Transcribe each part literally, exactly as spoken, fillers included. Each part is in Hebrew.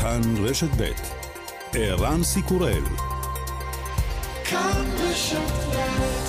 כאן רשת ב' ערן סיקורל. כאן רשת ב'.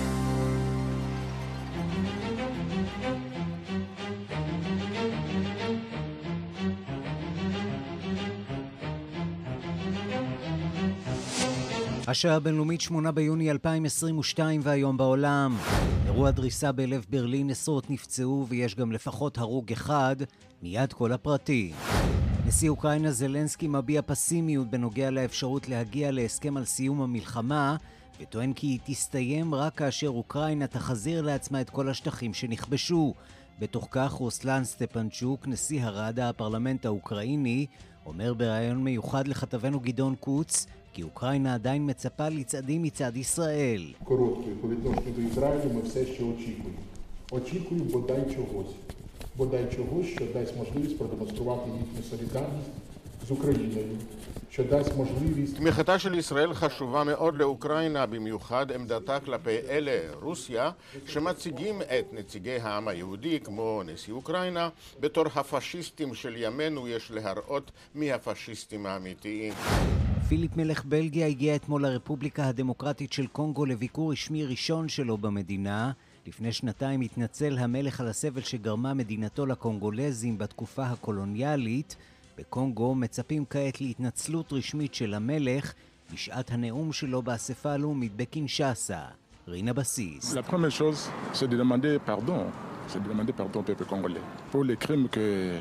השעה הבינלאומית שמונה ביוני אלפיים עשרים ושתיים והיום בעולם. אירוע דריסה בלב ברלין, עשרות נפצעו ויש גם לפחות הרוג אחד. מיד כל הפרטים. נשיא אוקראינה זלנסקי מביע פסימיות בנוגע לאפשרות להגיע להסכם על סיום המלחמה, וטוען כי היא תסתיים רק כאשר אוקראינה תחזיר לעצמה את כל השטחים שנכבשו. בתוך כך רוסלן סטפנצ'וק, נשיא הראדה הפרלמנט האוקראיני, אומר בראיון מיוחד לכתבנו גדעון קוץ, כי אוקראינה עדיין מצפה לצעדים מצד ישראל. Короткою по відношенню до Ізраїлю ми все ще очікуємо. Очікуємо бодай чогось. Бодай чогось, що дасть можливість продемонструвати їхню солідарність з Україною. що дасть можливість... תמיכתה של ישראל חשובה מאוד לאוקראינה, במיוחד עמדתה כלפי אלה, רוסיה, שמציגים את נציגי העם היהודי, כמו נשיא אוקראינה, בתור הפשיסטים של ימינו. יש להראות מי הפשיסטים האמיתיים. פיליפ מלך בלגיה הגיע אתמול לרפובליקה הדמוקרטית של קונגו לביקור רשמי ראשון שלו במדינה. לפני שנתיים התנצל המלך על הסבל שגרמה מדינתו לקונגולזים בתקופה הקולוניאלית. בקונגו מצפים כעת להתנצלות רשמית של המלך בשעת הנאום שלו באספה הלאומית בקינשאסה. רינה בסיס. La première chose, c'est de demander pardon. C'est de demander pardon au peuple congolais pour les crimes que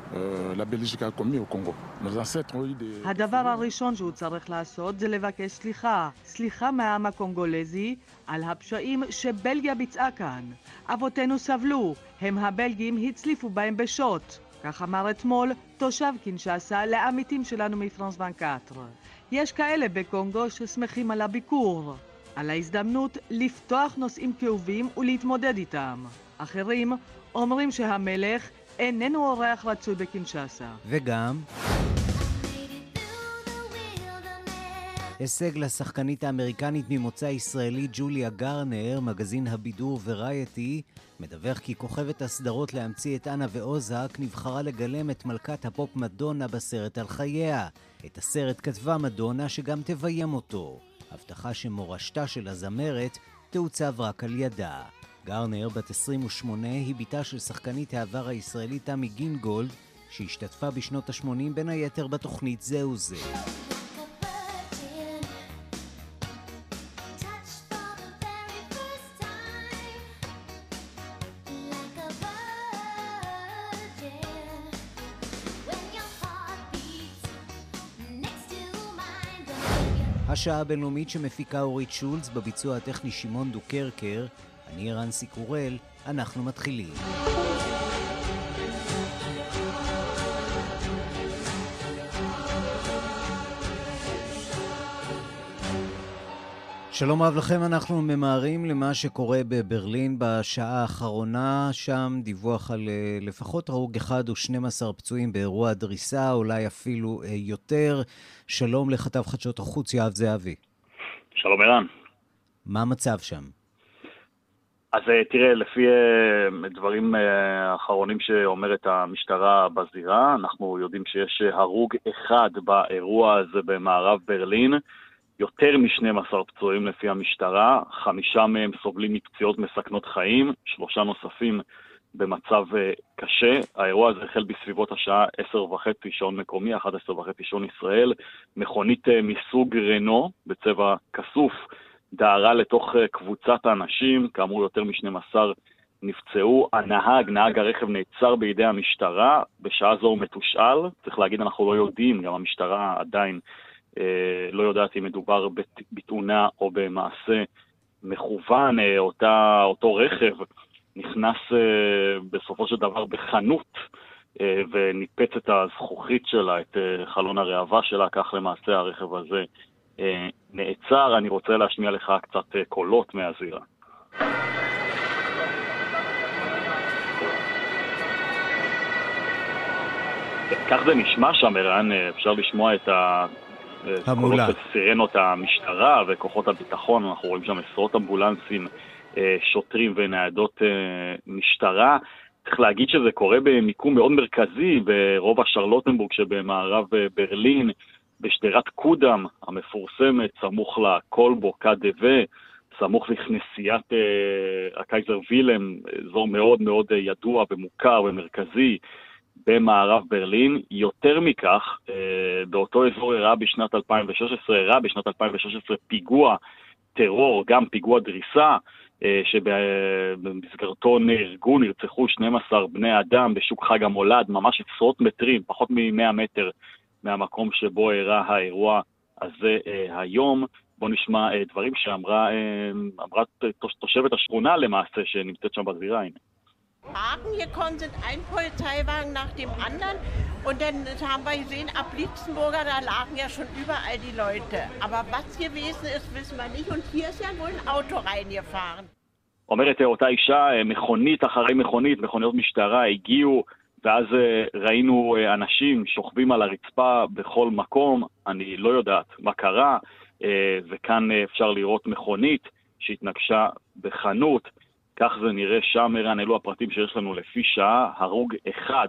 la Belgique a commis au Congo. Nos ancêtres ont eu des... הדבר הראשון שהוא צריך לעשות זה לבקש סליחה. סליחה מהעם הקונגולזי על הפשעים שבלגיה ביצעה כאן. אבותינו סבלו, הם הבלגים הצליפו בהם בשוט. כך אמר אתמול תושב קינשאסה לעמיתים שלנו מפרנס עשרים וארבע. יש כאלה בקונגו ששמחים על הביקור, על ההזדמנות לפתוח נושאים כאובים ולהתמודד איתם. אחרים אומרים שהמלך איננו אורח רצוי בקינשאסה. וגם הישג לשחקנית האמריקנית ממוצא ישראלי ג'וליה גרנר. מגזין הבידור ורייטי מדווח כי כוכבת הסדרות להמציא את אנה ואוזק נבחרה לגלם את מלכת הפופ מדונה בסרט על חייה. את הסרט כתבה מדונה שגם תביים אותו. הבטחה שמורשתה של הזמרת תעוצב רק על ידה. גרנר, בת עשרים ושמונה, היא ביתה של שחקנית העבר הישראלית תמי גינגולד, שהשתתפה בשנות ה-שמונים בין היתר בתוכנית זהו זה. השעה הבינלאומית שמפיקה אורית שולץ, בביצוע הטכני שמעון דוקרקר. אני ערן סיקורל, אנחנו מתחילים. שלום רב לכם, אנחנו ממהרים למה שקורה בברלין בשעה האחרונה. שם דיווח על לפחות הרוג אחד ו-שנים עשר פצועים באירוע דריסה, אולי אפילו יותר. שלום לכתב חדשות החוץ יואב זהבי. שלום ערן. מה המצב שם? אז תראה, לפי דברים האחרונים שאומרת המשטרה בזירה, אנחנו יודעים שיש הרוג אחד באירוע הזה במערב ברלין, יותר מ-שנים עשר פצועים לפי המשטרה, חמישה מהם סובלים מפציעות מסכנות חיים, שלושה נוספים במצב קשה. האירוע הזה החל בסביבות השעה עשר וחצי שעון מקומי, אחת עשרה וחצי שעון ישראל. מכונית מסוג רנו בצבע כסוף דהרה לתוך קבוצת האנשים, כאמור יותר מ-שנים עשר נפצעו. הנהג, נהג הרכב נעצר בידי המשטרה, בשעה זו הוא מתושאל. צריך להגיד, אנחנו לא יודעים, גם המשטרה עדיין אה, לא יודעת אם מדובר בתאונה או במעשה מכוון. אותה, אותו רכב נכנס אה, בסופו של דבר בחנות אה, וניפץ את הזכוכית שלה, את אה, חלון הראווה שלה, כך למעשה הרכב הזה אה, נעצר. אני רוצה להשמיע לך קצת אה, קולות מהזירה. כך זה נשמע שם, ערן, אפשר לשמוע את המולה. קולות סירנות המשטרה וכוחות הביטחון. אנחנו רואים שם עשרות אמבולנסים, שוטרים וניידות משטרה. צריך להגיד שזה קורה במיקום מאוד מרכזי, ברובע שרלוטנבורג שבמערב ברלין, בשדרת קודם המפורסמת, סמוך לקולבו, קדווה, סמוך לכנסיית uh, הקייזר וילם, אזור מאוד מאוד uh, ידוע ומוכר ומרכזי במערב ברלין. יותר מכך, uh, באותו אזור הראה בשנת אלפיים ושש עשרה, הראה בשנת אלפיים ושש עשרה פיגוע טרור, גם פיגוע דריסה, uh, שבמסגרתו נהרגו, נרצחו שנים עשר בני אדם בשוק חג המולד, ממש עשרות מטרים, פחות מ-מאה מטר מהמקום שבו הראה האירוע הזה uh, היום. בוא נשמע uh, דברים שאמרה uh, אמרה תושבת השכונה למעשה שנמצאת שם בזירה. הנה. Wagen gekommen sind, ein Polizeiwagen nach dem anderen und dann haben wir gesehen, ab Lietzenburger, da lagen ja schon überall die Leute. Aber was gewesen ist, wissen wir nicht und hier ist ja wohl ein Auto reingefahren. אומרת אותה אישה, מכונית אחרי מכונית, מכוניות משטרה הגיעו, ואז ראינו אנשים שוכבים על הרצפה בכל מקום, אני לא יודעת מה קרה, וכאן אפשר לראות מכונית שהתנגשה בחנות, כך זה נראה שם. ערן, אלו הפרטים שיש לנו לפי שעה, הרוג אחד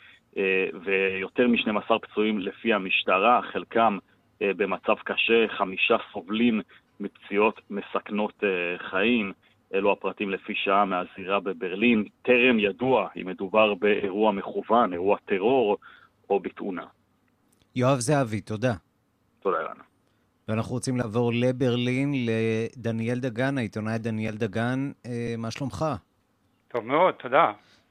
ויותר מ-שנים עשר פצועים לפי המשטרה, חלקם במצב קשה, חמישה סובלים מפציעות מסכנות חיים. אלו הפרטים לפי שעה מהזירה בברלין. טרם ידוע אם מדובר באירוע מכוון, אירוע טרור או בתאונה. יואב זהבי, תודה. תודה רנה. ואנחנו רוצים לעבור לברלין, לדניאל דגן, העיתונאי דניאל דגן. מה שלומך? טוב מאוד, תודה.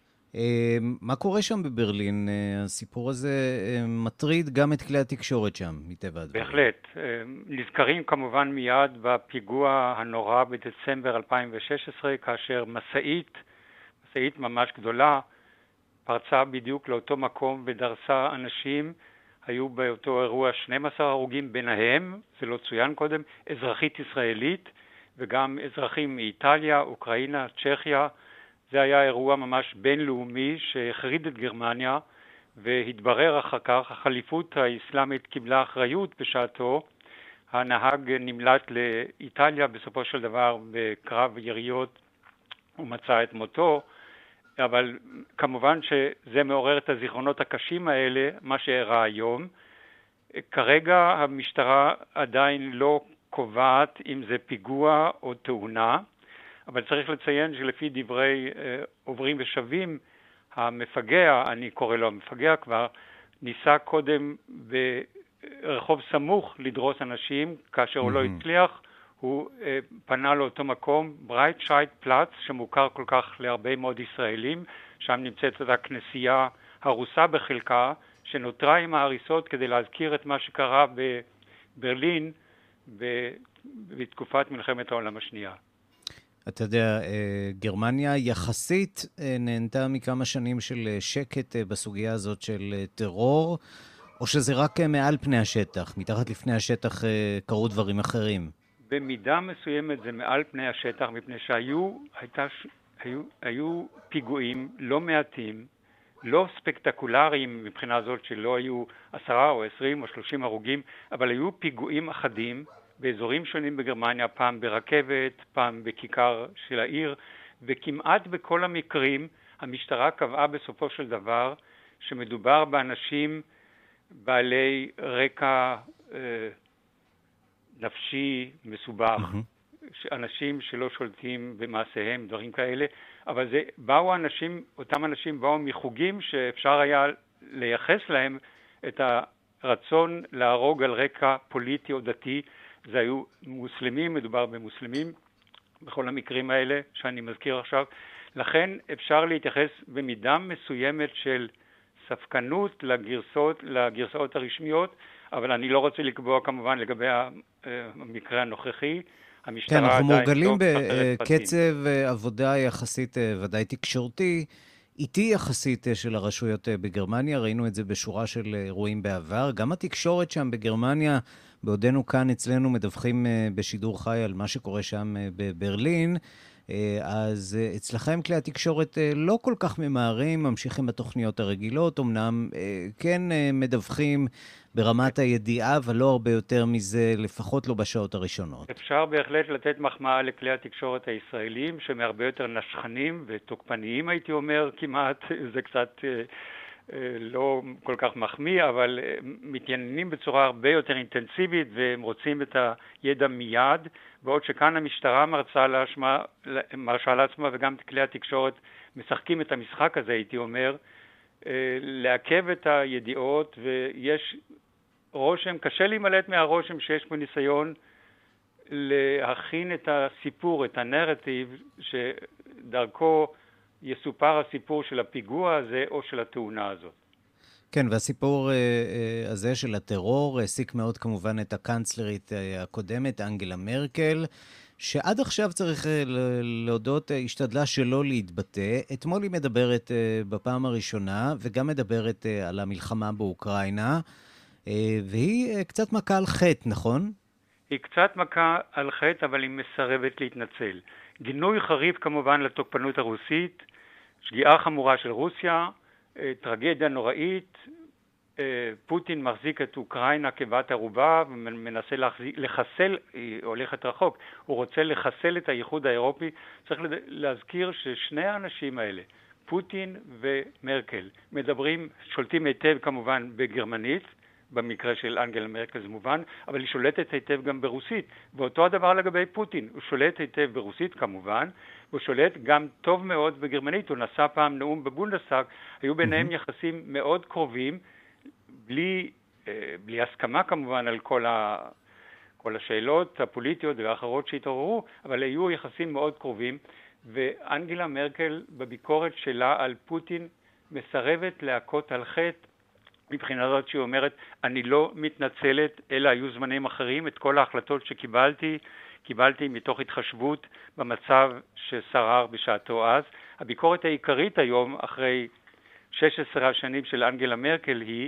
מה קורה שם בברלין? הסיפור הזה מטריד גם את כלי התקשורת שם, מטבע הדברים. בהחלט. נזכרים כמובן מיד בפיגוע הנורא בדצמבר אלפיים ושש עשרה, כאשר מסעית, מסעית ממש גדולה, פרצה בדיוק לאותו מקום ודרסה אנשים. היו באותו אירוע שנים עשר הרוגים, ביניהם, זה לא צוין קודם, אזרחית ישראלית וגם אזרחים מאיטליה, אוקראינה, צ'כיה. זה היה אירוע ממש בינלאומי שהחריד את גרמניה, והתברר אחר כך, החליפות האסלאמית קיבלה אחריות בשעתו. הנהג נמלט לאיטליה בסופו של דבר בקרב יריות ומצא את מותו, אבל כמובן שזה מעורר את הזיכרונות הקשים האלה, מה שאירע היום. כרגע המשטרה עדיין לא קובעת אם זה פיגוע או תאונה, אבל צריך לציין שלפי דברי אה, עוברים ושבים, המפגע, אני קורא לו המפגע כבר, ניסה קודם ברחוב סמוך לדרוס אנשים, כאשר mm-hmm. הוא לא הצליח, הוא אה, פנה לאותו מקום, ברייטשייט פלאץ, שמוכר כל כך להרבה מאוד ישראלים, שם נמצאת את הכנסייה הרוסה בחלקה, שנותרה עם ההריסות כדי להזכיר את מה שקרה בברלין בתקופת מלחמת העולם השנייה. אתה יודע, גרמניה יחסית נהנתה מכמה שנים של שקט בסוגיה הזאת של טרור, או שזה רק מעל פני השטח, מתחת לפני השטח קרו דברים אחרים? במידה מסוימת זה מעל פני השטח, מפני שהיו הייתה, היו, היו פיגועים לא מעטים, לא ספקטקולריים מבחינה זאת שלא היו עשרה או עשרים או שלושים הרוגים, אבל היו פיגועים אחדים, באזורים שונים בגרמניה, פעם ברכבת, פעם בכיכר של העיר, וכמעט בכל המקרים המשטרה קבעה בסופו של דבר שמדובר באנשים בעלי רקע אה, נפשי מסובך, mm-hmm. אנשים שלא שולטים במעשיהם, דברים כאלה, אבל זה באו אנשים, אותם אנשים באו מחוגים שאפשר היה לייחס להם את הרצון להרוג על רקע פוליטי או דתי. זה היו מוסלמים, מדובר במוסלמים בכל המקרים האלה שאני מזכיר עכשיו. לכן אפשר להתייחס במידה מסוימת של ספקנות לגרסאות, לגרסאות הרשמיות, אבל אני לא רוצה לקבוע כמובן לגבי המקרה הנוכחי. כן, אנחנו מורגלים בקצב עבודה יחסית ודאי תקשורתי, איטי יחסית של הרשויות בגרמניה, ראינו את זה בשורה של אירועים בעבר. גם התקשורת שם בגרמניה, בעודנו כאן אצלנו מדווחים בשידור חי על מה שקורה שם בברלין, אז אצלכם כלי התקשורת לא כל כך ממהרים, ממשיכים בתוכניות הרגילות, אמנם כן מדווחים ברמת הידיעה, אבל לא הרבה יותר מזה, לפחות לא בשעות הראשונות. אפשר בהחלט לתת מחמאה לכלי התקשורת הישראלים, שהם הרבה יותר נשכנים ותוקפניים, הייתי אומר, כמעט, זה קצת לא כל כך מחמיא, אבל מתעניינים בצורה הרבה יותר אינטנסיבית, והם רוצים את הידע מיד, בעוד שכאן המשטרה מרצה לעצמה, מרשה לעצמה, וגם כלי התקשורת משחקים את המשחק הזה, הייתי אומר, לעכב את הידיעות, ויש רושם, קשה להימלט מהרושם שיש פה ניסיון להכין את הסיפור, את הנרטיב, שדרכו יסופר הסיפור של הפיגוע הזה או של התאונה הזאת. כן, והסיפור הזה של הטרור העסיק מאוד כמובן את הקנצלרית הקודמת, אנגלה מרקל, שעד עכשיו צריך להודות, השתדלה שלא להתבטא. אתמול היא מדברת בפעם הראשונה, וגם מדברת על המלחמה באוקראינה, והיא קצת מכה על חטא, נכון? היא קצת מכה על חטא, אבל היא מסרבת להתנצל. גינוי חריף כמובן לתוקפנות הרוסית, שגיאה חמורה של רוסיה, טרגדיה נוראית, פוטין מחזיק את אוקראינה כבת ערובה ומנסה לחסל, היא הולכת רחוק, הוא רוצה לחסל את האיחוד האירופי. צריך להזכיר ששני האנשים האלה, פוטין ומרקל, מדברים, שולטים היטב כמובן בגרמנית, במקרה של אנגלה מרקל זה מובן, אבל היא שולטת היטב גם ברוסית, ואותו הדבר לגבי פוטין, הוא שולט היטב ברוסית כמובן, הוא שולט גם טוב מאוד בגרמנית, הוא נשא פעם נאום בבונדסטאג, היו ביניהם יחסים מאוד קרובים, בלי, בלי הסכמה כמובן על כל, ה, כל השאלות הפוליטיות והאחרות שהתעוררו, אבל היו יחסים מאוד קרובים, ואנגלה מרקל בביקורת שלה על פוטין מסרבת להכות על חטא, מבחינה זאת שהיא אומרת, אני לא מתנצלת, אלא היו זמנים אחרים, את כל ההחלטות שקיבלתי, קיבלתי מתוך התחשבות במצב ששרר בשעתו אז. הביקורת העיקרית היום, אחרי שש עשרה השנים של אנגלה מרקל, היא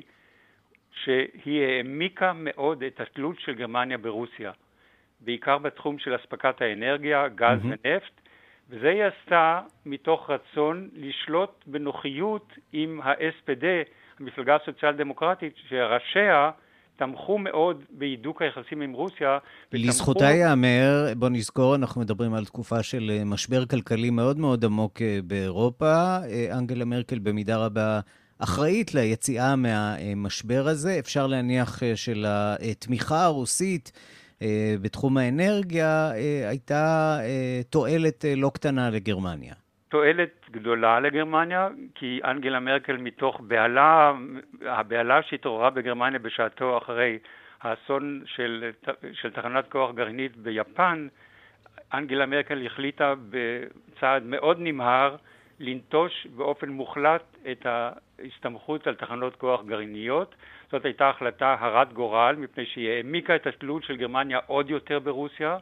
שהיא העמיקה מאוד את התלות של גרמניה ברוסיה, בעיקר בתחום של הספקת האנרגיה, גז mm-hmm. ונפט, וזה היא עשתה מתוך רצון לשלוט בנוחיות עם ה-אס פי די, המפלגה הסוציאל דמוקרטית, שראשיה תמכו מאוד בהידוק היחסים עם רוסיה. לזכותה ייאמר, בוא נזכור, אנחנו מדברים על תקופה של משבר כלכלי מאוד מאוד עמוק באירופה. אנגלה מרקל במידה רבה אחראית ליציאה מהמשבר הזה. אפשר להניח של התמיכה הרוסית בתחום האנרגיה הייתה תועלת לא קטנה לגרמניה. תועלת גדולה לגרמניה, כי אנגלה מרקל מתוך בהלה, הבהלה שהתעוררה בגרמניה בשעתו אחרי האסון של, של תחנת כוח גרעינית ביפן, אנגלה מרקל החליטה בצעד מאוד נמהר לנטוש באופן מוחלט את ההסתמכות על תחנות כוח גרעיניות. זאת הייתה החלטה הרת גורל, מפני שהיא העמיקה את התלות של גרמניה עוד יותר ברוסיה,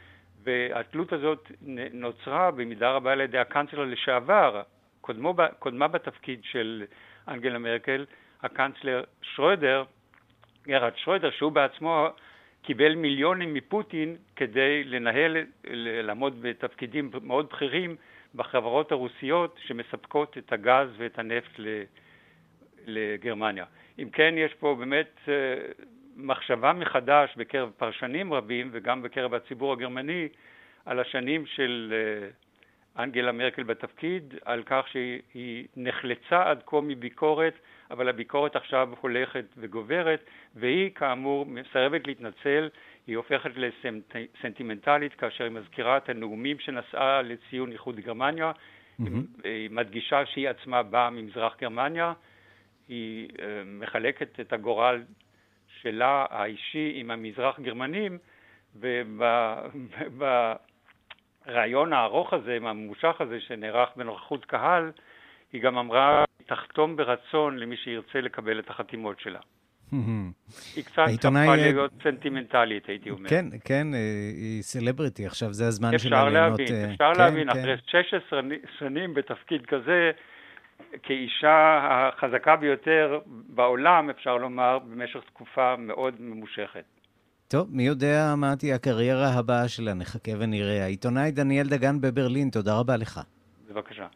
והתלות הזאת נוצרה במידה רבה על ידי הקנצלר לשעבר, קודמו, קודמה בתפקיד של אנגלה מרקל, הקנצלר שרוידר, גרהרד שרוידר, שהוא בעצמו קיבל מיליונים מפוטין כדי לנהל, לעמוד בתפקידים מאוד בכירים בחברות הרוסיות שמספקות את הגז ואת הנפט לגרמניה. אם כן, יש פה באמת מחשבה מחדש בקרב פרשנים רבים וגם בקרב הציבור הגרמני על השנים של אנגלה מרקל בתפקיד, על כך שהיא נחלצה עד כה מביקורת, אבל הביקורת עכשיו הולכת וגוברת, והיא כאמור מסרבת להתנצל, היא הופכת לסנטימנטלית כאשר היא מזכירה את הנאומים שנשאה לציון איחוד גרמניה, mm-hmm. היא מדגישה שהיא עצמה באה ממזרח גרמניה, היא מחלקת את הגורל שלה האישי עם המזרח גרמנים, וברעיון הארוך הזה, הממושך הזה שנערך בנוכחות קהל, היא גם אמרה, תחתום ברצון למי שירצה לקבל את החתימות שלה. היא קצת הפכה להיות סנטימנטלית, הייתי אומר. כן, כן, היא סלבריטי, עכשיו זה הזמן שלה ליהנות. אפשר להבין, אפשר להבין, אחרי שש עשרה שנים בתפקיד כזה, כאישה החזקה ביותר בעולם, אפשר לומר, במשך תקופה מאוד ממושכת. טוב, מי יודע מה תהיה הקריירה הבאה שלה, נחכה ונראה. העיתונאי דניאל דגן בברלין, תודה רבה לך. בבקשה.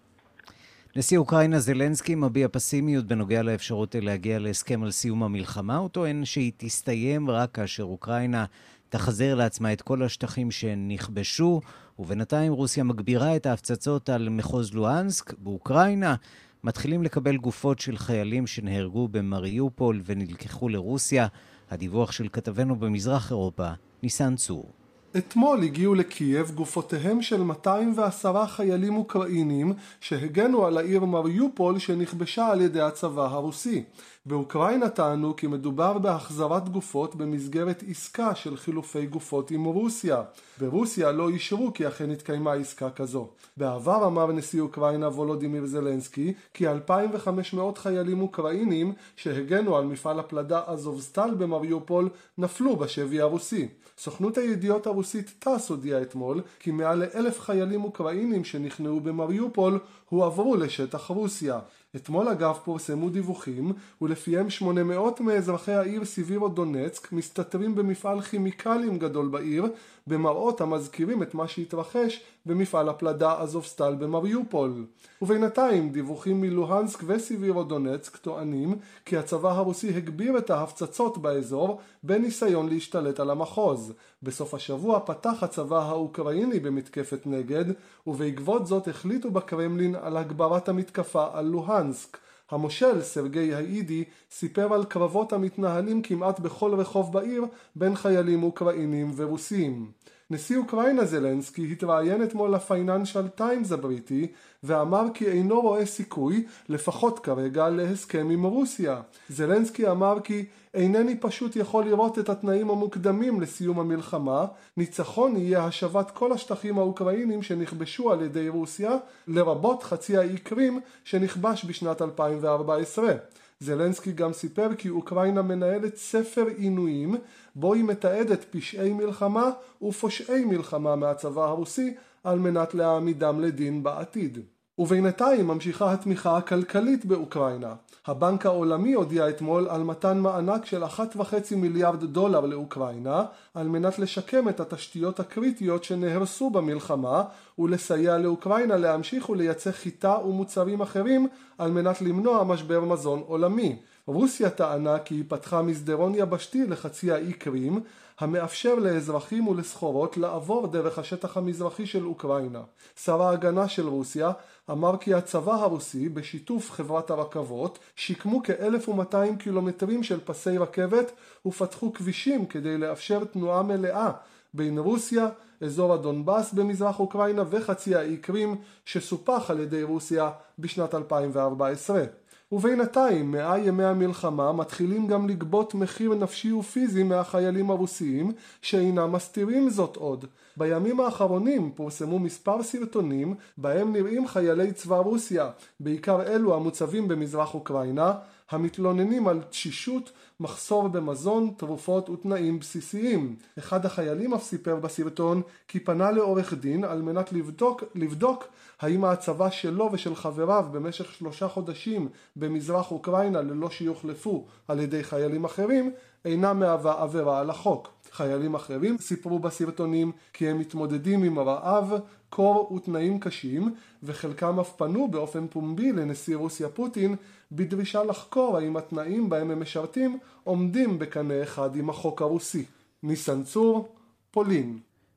נשיא אוקראינה זלנסקי מביע פסימיות בנוגע לאפשרות להגיע להסכם על סיום המלחמה. הוא טוען שהיא תסתיים רק כאשר אוקראינה תחזר לעצמה את כל השטחים שנכבשו, ובינתיים רוסיה מגבירה את ההפצצות על מחוז לואנסק באוקראינה. מתחילים לקבל גופות של חיילים שנהרגו במריופול ונלקחו לרוסיה. הדיווח של כתבנו במזרח אירופה, ניסן צור. אתמול הגיעו לקייב גופותיהם של מאתיים ועשרה חיילים אוקראינים שהגנו על העיר מריופול שנכבשה על ידי הצבא הרוסי. באוקראינה טענו כי מדובר בהחזרת גופות במסגרת עסקה של חילופי גופות עם רוסיה. ברוסיה לא אישרו כי אכן התקיימה עסקה כזו. בעבר אמר נשיא אוקראינה וולודימיר זלנסקי כי אלפיים וחמש מאות חיילים אוקראינים שהגנו על מפעל הפלדה אזובסטל במריופול נפלו בשבי הרוסי. סוכנות הידיעות הרוסית טאס הודיעה אתמול כי מעל לאלף חיילים אוקראינים שנכנעו במריופול הועברו לשטח רוסיה. אתמול אגב פורסמו דיווחים ולפיהם שמונה מאות מאזרחי העיר סיבירודונצק מסתתרים במפעל כימיקלים גדול בעיר במראות המזכירים את מה שהתרחש במפעל הפלדה אזובסטל במריופול. ובינתיים דיווחים מלוהנסק וסיבירודונצק טוענים כי הצבא הרוסי הגביר את ההפצצות באזור בניסיון להשתלט על המחוז. בסוף השבוע פתח הצבא האוקראיני במתקפת נגד, ובעקבות זאת החליטו בקרמלין על הגברת המתקפה על לוהנסק. המושל סרגי האידי סיפר על קרבות המתנהלים כמעט בכל רחוב בעיר בין חיילים אוקראינים ורוסים. נשיא אוקראינה זלנסקי התראיין אתמול לפייננשל טיימס הבריטי ואמר כי אינו רואה סיכוי, לפחות כרגע, להסכם עם רוסיה. זלנסקי אמר כי אינני פשוט יכול לראות את התנאים המוקדמים לסיום המלחמה, ניצחון יהיה השבת כל השטחים האוקראינים שנכבשו על ידי רוסיה, לרבות חצי האי קרים שנכבש בשנת אלפיים וארבע עשרה. זלנסקי גם סיפר כי אוקראינה מנהלת ספר עינויים, בו היא מתעדת פשעי מלחמה ופושעי מלחמה מהצבא הרוסי על מנת להעמידם לדין בעתיד. ובינתיים ממשיכה התמיכה הכלכלית באוקראינה. הבנק העולמי הודיע אתמול על מתן מענק של אחת וחצי מיליארד דולר לאוקראינה על מנת לשקם את התשתיות הקריטיות שנהרסו במלחמה ולסייע לאוקראינה להמשיך ולייצא חיטה ומוצרים אחרים על מנת למנוע משבר מזון עולמי. רוסיה טענה כי היא פתחה מסדרון יבשתי לחצי האי קרים, המאפשר לאזרחים ולסחורות לעבור דרך השטח המזרחי של אוקראינה. שר ההגנה של רוסיה אמר כי הצבא הרוסי בשיתוף חברת הרכבות שיקמו כ-אלף ומאתיים קילומטרים של פסי רכבת ופתחו כבישים כדי לאפשר תנועה מלאה בין רוסיה, אזור הדונבאס במזרח אוקראינה וחצי האי קרים שסופח על ידי רוסיה בשנת אלפיים וארבע עשרה. ובינתיים, מאה ימי המלחמה מתחילים גם לגבות מחיר נפשי ופיזי מהחיילים הרוסיים שאינם מסתירים זאת עוד. בימים האחרונים פורסמו מספר סרטונים בהם נראים חיילי צבא רוסיה, בעיקר אלו המוצבים במזרח אוקראינה, המתלוננים על תשישות, מחסור במזון, תרופות ותנאים בסיסיים. אחד החיילים אף סיפר בסרטון כי פנה לעורך דין על מנת לבדוק, לבדוק האם הצבא שלו ושל חבריו במשך שלושה חודשים במזרח אוקראינה ללא שיוחלפו על ידי חיילים אחרים אינה מהווה עבירה על החוק. חיילים אחרים סיפרו בסרטונים כי הם מתמודדים עם רעב, קור ותנאים קשים, וחלקם אף פנו באופן פומבי לנשיא רוסיה פוטין בדרישה לחקור האם התנאים בהם הם משרתים עומדים בקנה אחד עם החוק הרוסי. ניסן צור, פולין.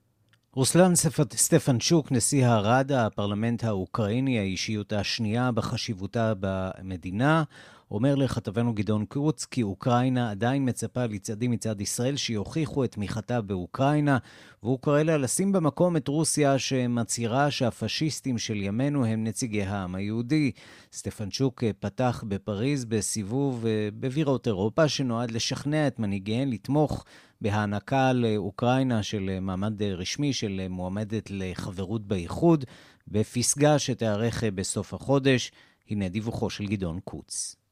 רוסלן סטפנצ'וק, נשיא הראדה, הפרלמנט האוקראיני, האישיות השנייה בחשיבותה במדינה, אומר לכתבנו גדעון קוץ כי אוקראינה עדיין מצפה לצעדים מצד ישראל שיוכיחו את תמיכתה באוקראינה, והוא קורא לה לשים במקום את רוסיה שמצהירה שהפשיסטים של ימינו הם נציגי העם היהודי. סטפנצ'וק פתח בפריז בסיבוב בבירות אירופה שנועד לשכנע את מנהיגיהן לתמוך בהענקה לאוקראינה של מעמד רשמי של מועמדת לחברות באיחוד, בפסגה שתארך בסוף החודש. הנה דיווחו של גדעון קוץ.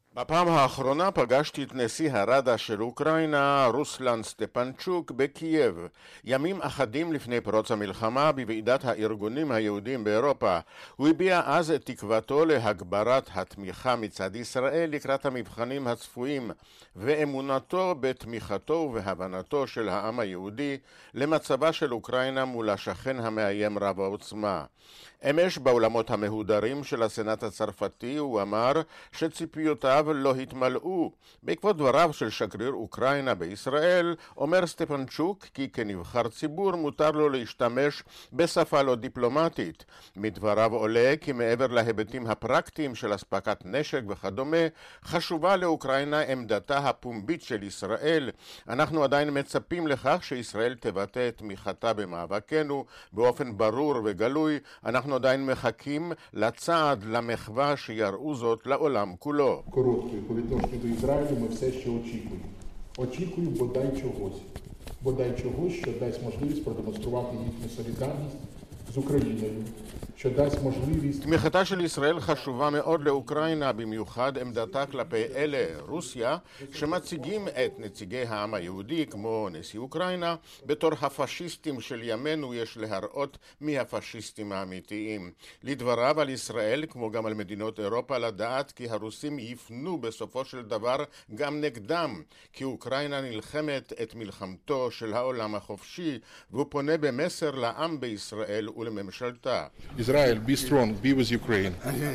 בפעם האחרונה פגשתי את נשיא הרדה של אוקראינה, רוסלן סטפנצ'וק, בקייב. ימים אחדים לפני פרוץ המלחמה בוועידת הארגונים היהודים באירופה. הוא הביע אז את תקוותו להגברת התמיכה מצד ישראל לקראת המבחנים הצפויים, ואמונתו בתמיכתו ובהבנתו של העם היהודי למצבה של אוקראינה מול השכן המאיים רב העוצמה. אמש באולמות המהודרים של הסנאט הצרפתי הוא אמר שציפיותיו לא התמלאו. בעקבות דבריו של שגריר אוקראינה בישראל אומר סטפנצ'וק כי כנבחר ציבור מותר לו להשתמש בשפה לא דיפלומטית. מדבריו עולה כי מעבר להיבטים הפרקטיים של אספקת נשק וכדומה, חשובה לאוקראינה עמדתה הפומבית של ישראל. אנחנו עדיין מצפים לכך שישראל תבטא את תמיכתה במאבקנו באופן ברור וגלוי. אנחנו עדיין מחכים לצעד, למחווה שיראו זאת לעולם כולו. Короткою по відношенню до Ізраїлю ми все ще очікуємо. Очікуємо бодай чогось. Бодай чогось, що дасть можливість продемонструвати їхню солідарність з Україною. що дасть можливість... תמיכתה של ישראל חשובה מאוד לאוקראינה, במיוחד עמדתה כלפי אלה, רוסיה, שמציגים את נציגי העם היהודי, כמו נשיא אוקראינה, בתור הפשיסטים של ימינו. יש להראות מי הפשיסטים האמיתיים. לדבריו על ישראל, כמו גם על מדינות אירופה, לדעת כי הרוסים יפנו בסופו של דבר גם נגדם, כי אוקראינה נלחמת את מלחמתו של העולם החופשי, והוא פונה במסר לעם בישראל ולממשלתה. Israel, be strong, be with Ukraine.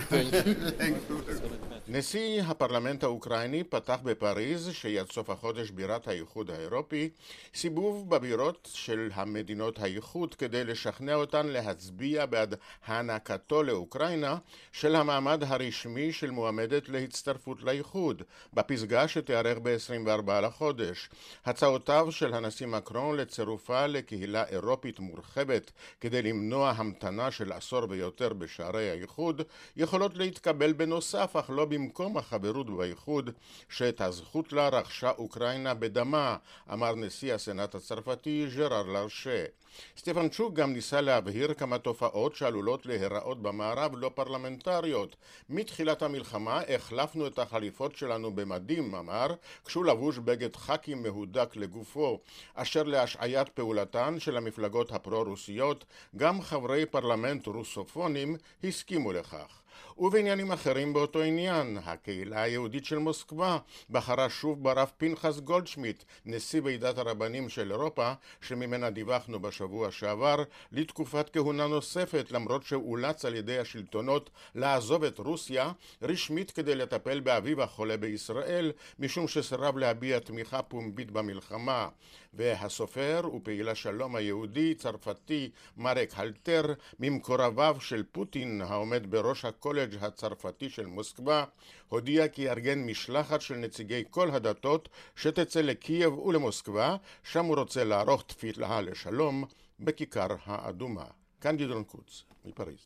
נשיא הפרלמנט האוקראיני פתח בפריז, שהיא עד סוף החודש בירת האיחוד האירופי, סיבוב בבירות של המדינות האיחוד כדי לשכנע אותן להצביע בעד הענקתו לאוקראינה של המעמד הרשמי של מועמדת להצטרפות לאיחוד, בפסגה שתיארך ב-עשרים וארבעה לחודש. הצעותיו של הנשיא מקרון לצירופה לקהילה אירופית מורחבת כדי למנוע המתנה של עשור ויותר בשערי האיחוד, יכולות להתקבל בנוסף, אך לא במקום החברות באיחוד, שאת הזכות לה רכשה אוקראינה בדמה, אמר נשיא הסנאט הצרפתי ז'ראר לארשה. סטפנצ'וק גם ניסה להבהיר כמה תופעות שעלולות להיראות במערב לא פרלמנטריות. מתחילת המלחמה החלפנו את החליפות שלנו במדים, אמר, כשהוא לבוש בגד ח"כים מהודק לגופו, אשר להשעיית פעולתן של המפלגות הפרו-רוסיות, גם חברי פרלמנט רוסופונים הסכימו לכך. ובעניינים אחרים באותו עניין, הקהילה היהודית של מוסקבה בחרה שוב ברב פנחס גולדשמיט, נשיא ועידת הרבנים של אירופה, שממנה דיווחנו בשבוע שעבר, לתקופת כהונה נוספת, למרות שאולץ על ידי השלטונות לעזוב את רוסיה רשמית כדי לטפל באביו החולה בישראל, משום שסרב להביע תמיכה פומבית במלחמה. והסופר ופעיל השלום היהודי צרפתי מרק הלטר, ממקורביו של פוטין העומד בראש הקולג' הצרפתי של מוסקבה, הודיע כי יארגן משלחת של נציגי כל הדתות שתצא לקייב ולמוסקבה, שם הוא רוצה לערוך תפילה לשלום בכיכר האדומה. כאן גדעון קוץ מפריז.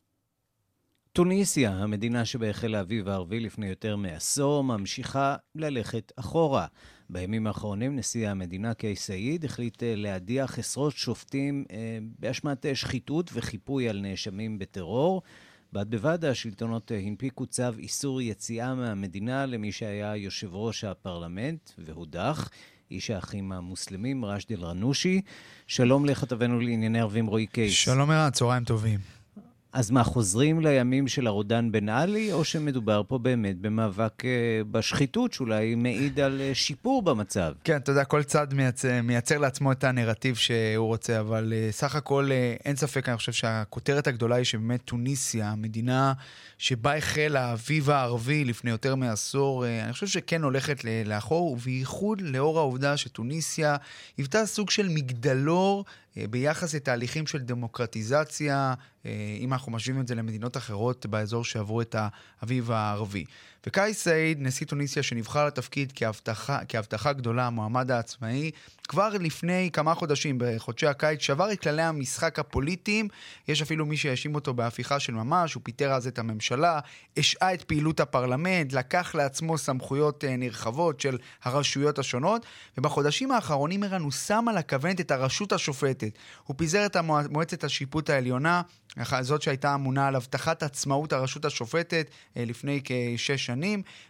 טוניסיה, המדינה שבהחל האביב הערבי לפני יותר מעשור, ממשיכה ללכת אחורה. בימים האחרונים נשיא המדינה קייס סעיד החליט להדיח עשרות שופטים באשמת שחיתות וחיפוי על נאשמים בטרור. בד בבד השלטונות הנפיקו צו איסור יציאה מהמדינה למי שהיה יושב ראש הפרלמנט והודח, איש האחים המוסלמים ראשד אל-רנושי. שלום לכתבנו לענייני ערבים רועי קייס. שלום ערן, צהריים טובים. אז מה, חוזרים לימים של הרודן בן עלי, או שמדובר פה באמת במאבק בשחיתות, שאולי מעיד על שיפור במצב? כן, אתה יודע, כל צד מייצר, מייצר לעצמו את הנרטיב שהוא רוצה, אבל סך הכל אין ספק, אני חושב שהכותרת הגדולה היא שבאמת טוניסיה, המדינה שבה החל האביב הערבי לפני יותר מעשור, אני חושב שכן הולכת לאחור, ובייחוד לאור העובדה שטוניסיה היוותה סוג של מגדלור ביחס לתהליכים של דמוקרטיזציה, אם אנחנו משווים את זה למדינות אחרות באזור שעברו את האביב הערבי. וקייס סעיד, נשיא טוניסיה שנבחר לתפקיד כהבטחה, כהבטחה גדולה, המועמד העצמאי, כבר לפני כמה חודשים, בחודשי הקיץ, שבר את כללי המשחק הפוליטיים. יש אפילו מי שיאשים אותו בהפיכה של ממש, הוא פיטר אז את הממשלה, השעה את פעילות הפרלמנט, לקח לעצמו סמכויות נרחבות של הרשויות השונות, ובחודשים האחרונים הרן הוא שם על הכוונת את הרשות השופטת. הוא פיזר את מועצת השיפוט העליונה, זאת שהייתה אמונה על הבטחת עצמאות הרשות השופטת לפני כשש שנים.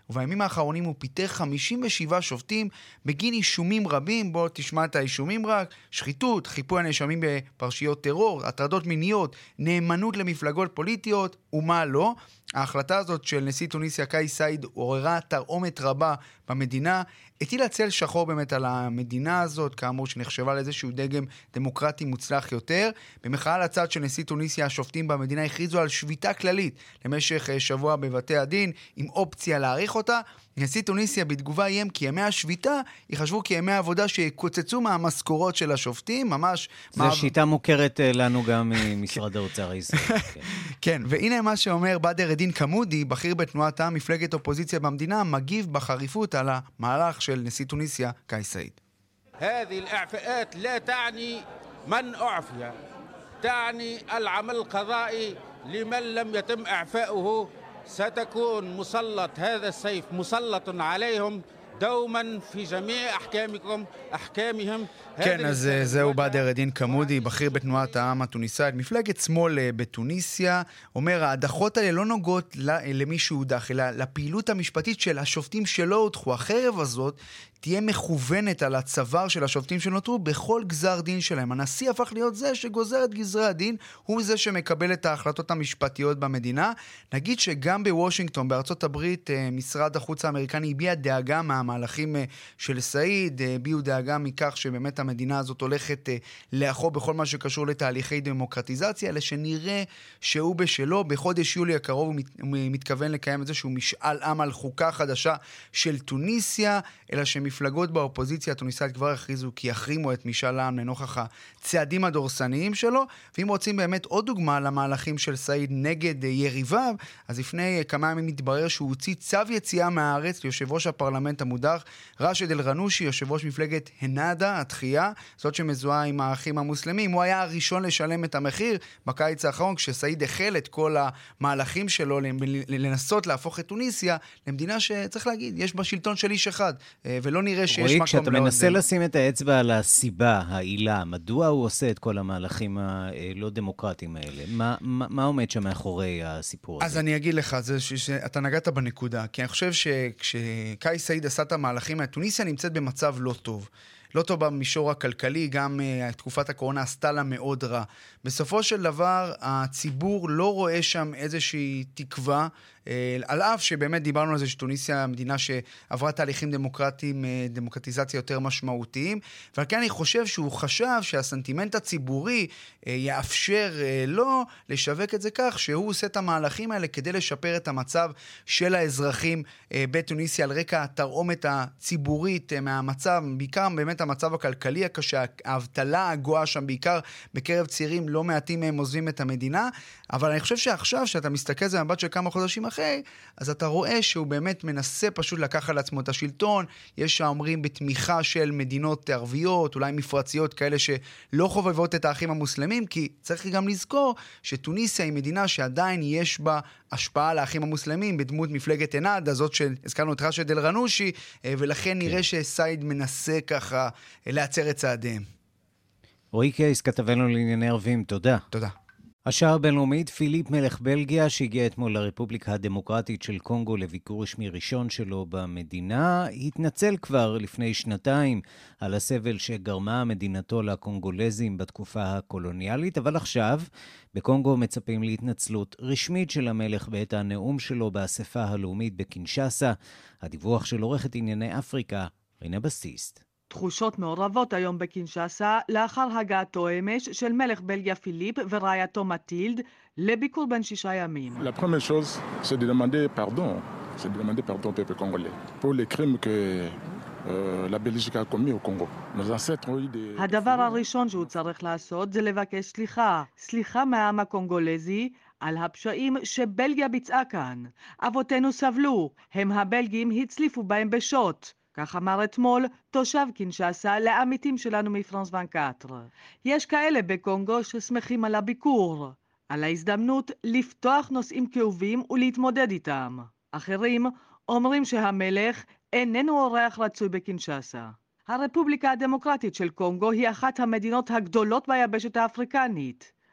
ובימים האחרונים הוא פיטר חמישים ושבעה שופטים בגין אישומים רבים. בוא תשמע את האישומים רק: שחיתות, חיפוי הנאשמים בפרשיות טרור, הטרדות מיניות, נאמנות למפלגות פוליטיות ומה לא. ההחלטה הזאת של נשיא טוניסיה קייס סעיד עוררה תרעומת רבה במדינה, הטילה צל שחור באמת על המדינה הזאת, כאמור שנחשבה לאיזשהו דגם דמוקרטי מוצלח יותר. במחאה לצד של נשיא טוניסיה, השופטים במדינה הכריזו על שביתה כללית למשך שבוע בבתי הדין, עם אופציה להאריך אותה. נשיא טוניסיה בתגובה איים כי ימי השביתה יחשבו כימי עבודה שיקוצצו מהמשכורות של השופטים, ממש... זו מה... שיטה מוכרת לנו גם ממשרד האוצר הישראלי. כן, והנה מה שאומר בדר א-דין כמודי, בכיר בתנועת העם, מפלגת אופוזיציה במדינה, מגיב בחריפות על המהלך של נשיא טוניסיה קייס סעיד. هذه الإعفاءات لا تعني من أعفي، تعني العمل القضائي لمن لم يتم إعفاؤه. ستكون مسلط هذا السيف مسلط عليهم دوما في جميع أحكامكم أحكامهم. כן, אז זהו בדר א-דין כמודי, בכיר בתנועת העם התוניסאית, מפלגת שמאל בתוניסיה, אומר, ההדחות האלה לא נוגעות למי שהודח, אלא לפעילות המשפטית של השופטים שלא הודחו. החרב הזאת תהיה מכוונת על הצוואר של השופטים שנותרו בכל גזר דין שלהם. הנשיא הפך להיות זה שגוזר את גזרי הדין, הוא זה שמקבל את ההחלטות המשפטיות במדינה. נגיד שגם בוושינגטון, בארצות הברית, משרד החוץ האמריקני הביע דאגה מהמהלכים של סעיד, הביעו דאגה מכך שבאמת המדינה הזאת הולכת לאחור בכל מה שקשור לתהליכי דמוקרטיזציה, אלא שנראה שהוא בשלו. בחודש יולי הקרוב הוא מתכוון לקיים איזשהו משאל עם על חוקה חדשה של טוניסיה, אלא שמפלגות באופוזיציה התוניסאית כבר הכריזו כי יחרימו את משאל העם לנוכח הצעדים הדורסניים שלו. ואם רוצים באמת עוד דוגמה למהלכים של סעיד נגד יריביו, אז לפני כמה ימים מתברר שהוא הוציא צו יציאה מהארץ ליושב ראש הפרלמנט המודח ראשד אל-רנושי, יושב ראש מפלגת הנדה, התחייה, זאת שמזוהה עם האחים המוסלמים. הוא היה הראשון לשלם את המחיר בקיץ האחרון, כשסעיד החל את כל המהלכים שלו לנסות להפוך את טוניסיה למדינה שצריך להגיד, יש בה שלטון של איש אחד, ולא נראה שיש מקום... רואי, כשאתה מנסה לשים את האצבע על הסיבה, העילה, מדוע הוא עושה את כל המהלכים הלא דמוקרטיים האלה? מה, מה, מה עומד שם מאחורי הסיפור הזה? אז אני אגיד לך, זה שאתה נגעת בנקודה, כי אני חושב שכשקייס סעיד עשה את המהלכים, טוניסיה נמצאת במצב לא טוב. לא טוב במישור הכלכלי, גם uh, תקופת הקורונה עשתה לה מאוד רע. בסופו של דבר, הציבור לא רואה שם איזושהי תקווה, uh, על אף שבאמת דיברנו על זה שטוניסיה המדינה שעברה תהליכים דמוקרטיים, uh, דמוקרטיזציה יותר משמעותיים, ועל כן אני חושב שהוא חשב שהסנטימנט הציבורי uh, יאפשר uh, לא לשווק את זה כך, שהוא עושה את המהלכים האלה כדי לשפר את המצב של האזרחים uh, בטוניסיה, על רקע התרעומת הציבורית uh, מהמצב, בעיקר באמת המצב הכלכלי הקשה, האבטלה הגואה שם, בעיקר בקרב צעירים, לא מעטים מהם עוזבים את המדינה. אבל אני חושב שעכשיו, שאתה מסתכל זה מבט של כמה חודשים אחרי, אז אתה רואה שהוא באמת מנסה פשוט לקחת לעצמו את השלטון. יש שאומרים בתמיכה של מדינות ערביות, אולי מפרציות כאלה שלא חובבות את האחים המוסלמים, כי צריך גם לזכור שטוניסיה היא מדינה שעדיין יש בה השפעה על האחים המוסלמים, בדמות מפלגת הנדה, הזאת שהזכרנו את ראשד אל-רנושי, ולכן נראה שסעיד מנסה ככה לעצר את צעדיהם. רועי קייס, כתבנו לענייני ערבים, תודה. תודה. השעה הבינלאומית, פיליפ מלך בלגיה, שהגיע אתמול לרפובליקה הדמוקרטית של קונגו לביקור רשמי ראשון שלו במדינה, התנצל כבר לפני שנתיים על הסבל שגרמה מדינתו לקונגולזים בתקופה הקולוניאלית, אבל עכשיו בקונגו מצפים להתנצלות רשמית של המלך בעת הנאום שלו באספה הלאומית בקינשאסה. הדיווח של עורכת ענייני אפריקה, רינה בסטיסט. תחושות מעורבות היום בקינשאסה לאחר הגעתו אמש של מלך בלגיה פיליפ ורעייתו מטילד לביקור בן שישה ימים. La première chose, c'est de demander pardon, c'est de demander pardon au peuple congolais pour les crimes que la Belgique a commis au Congo. Nos ancêtres ont eu des... הדבר הראשון שהוא צריך לעשות זה לבקש סליחה, סליחה מהעם הקונגולזי על הפשעים שבלגיה ביצעה כאן. אבותינו סבלו, הם הבלגים הצליפו בהם בשוט. כך אמר אתמול תושב קינשאסה לעמיתים שלנו מפרנס עשרים וארבע. יש כאלה בקונגו ששמחים על הביקור, על ההזדמנות לפתוח נושאים כאובים ולהתמודד איתם. אחרים אומרים שהמלך איננו אורח רצוי בקינשאסה. הרפובליקה הדמוקרטית של קונגו היא אחת המדינות הגדולות ביבשת האפריקנית.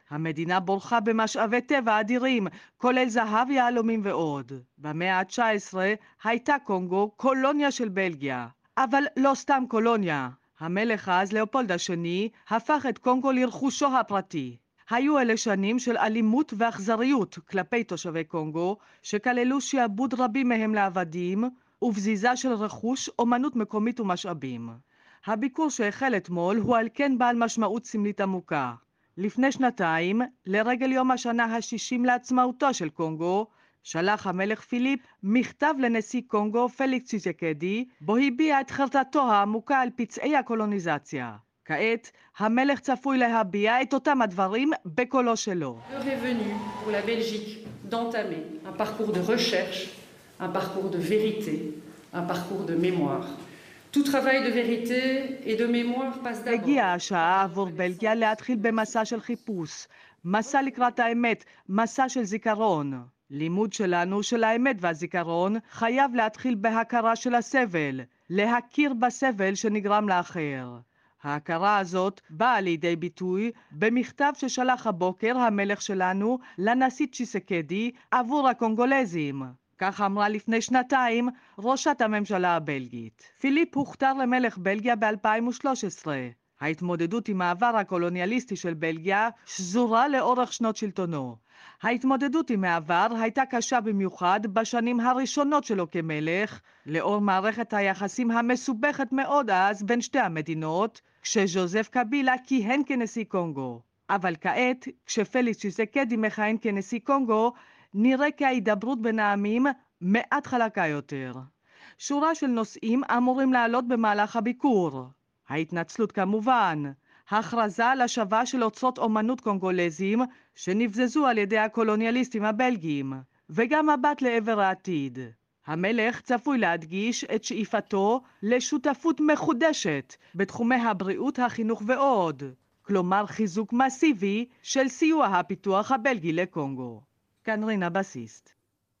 המדינה בורכה במשאבי טבע אדירים, כולל זהב, יהלומים ועוד. במאה ה-תשע עשרה הייתה קונגו קולוניה של בלגיה, אבל לא סתם קולוניה. המלך אז, לאופולד השני, הפך את קונגו לרכושו הפרטי. היו אלה שנים של אלימות ואכזריות כלפי תושבי קונגו, שכללו שיעבוד רבים מהם לעבדים, ובזיזה של רכוש, אומנות מקומית ומשאבים. הביקור שהחל אתמול הוא על כן בעל משמעות סמלית עמוקה. לפני שנתיים, לרגל יום השנה ה-שישים לעצמאותו של קונגו, שלח המלך פיליפ מכתב לנשיא קונגו פליקס צ'יסקדי, בו הביע את חרטתו העמוקה על פצעי הקולוניזציה. כעת, המלך צפוי להביע את אותם הדברים בקולו שלו. L'heure est venue pour la Belgique d'entamer un parcours de recherche, un parcours de vérité, un parcours de mémoire. Tout travail de vérité et de mémoire passe d'abord. הגיעה השעה עבור בלגיה להתחיל במסע של חיפוש, מסע לקראת האמת, מסע של זיכרון. לימוד שלנו של האמת והזיכרון חייב להתחיל בהכרה של הסבל, להכיר בסבל שנגרם לאחר. ההכרה הזאת באה לידי ביטוי במכתב ששלח הבוקר המלך שלנו לנשיא צ'יסקדי עבור הקונגולזים. כך אמרה לפני שנתיים ראשת הממשלה הבלגית. פיליפ הוכתר למלך בלגיה ב-אלפיים ושלוש עשרה. ההתמודדות עם העבר הקולוניאליסטי של בלגיה שזורה לאורך שנות שלטונו. ההתמודדות עם העבר הייתה קשה במיוחד בשנים הראשונות שלו כמלך, לאור מערכת היחסים המסובכת מאוד אז בין שתי המדינות, כשז'וזף קבילה כיהן כנשיא קונגו. אבל כעת, כשפליקס צ'יסקדי מכהן כנשיא קונגו, נראה כי ההידברות בין העמים מעט חלקה יותר. שורה של נושאים אמורים לעלות במהלך הביקור. ההתנצלות כמובן, הכרזה על השבה של אוצרות אומנות קונגולזים שנבזזו על ידי הקולוניאליסטים הבלגים, וגם מבט לעבר העתיד. המלך צפוי להדגיש את שאיפתו לשותפות מחודשת בתחומי הבריאות, החינוך ועוד, כלומר חיזוק מסיבי של סיוע הפיתוח הבלגי לקונגו. כאן רינה בסיסט.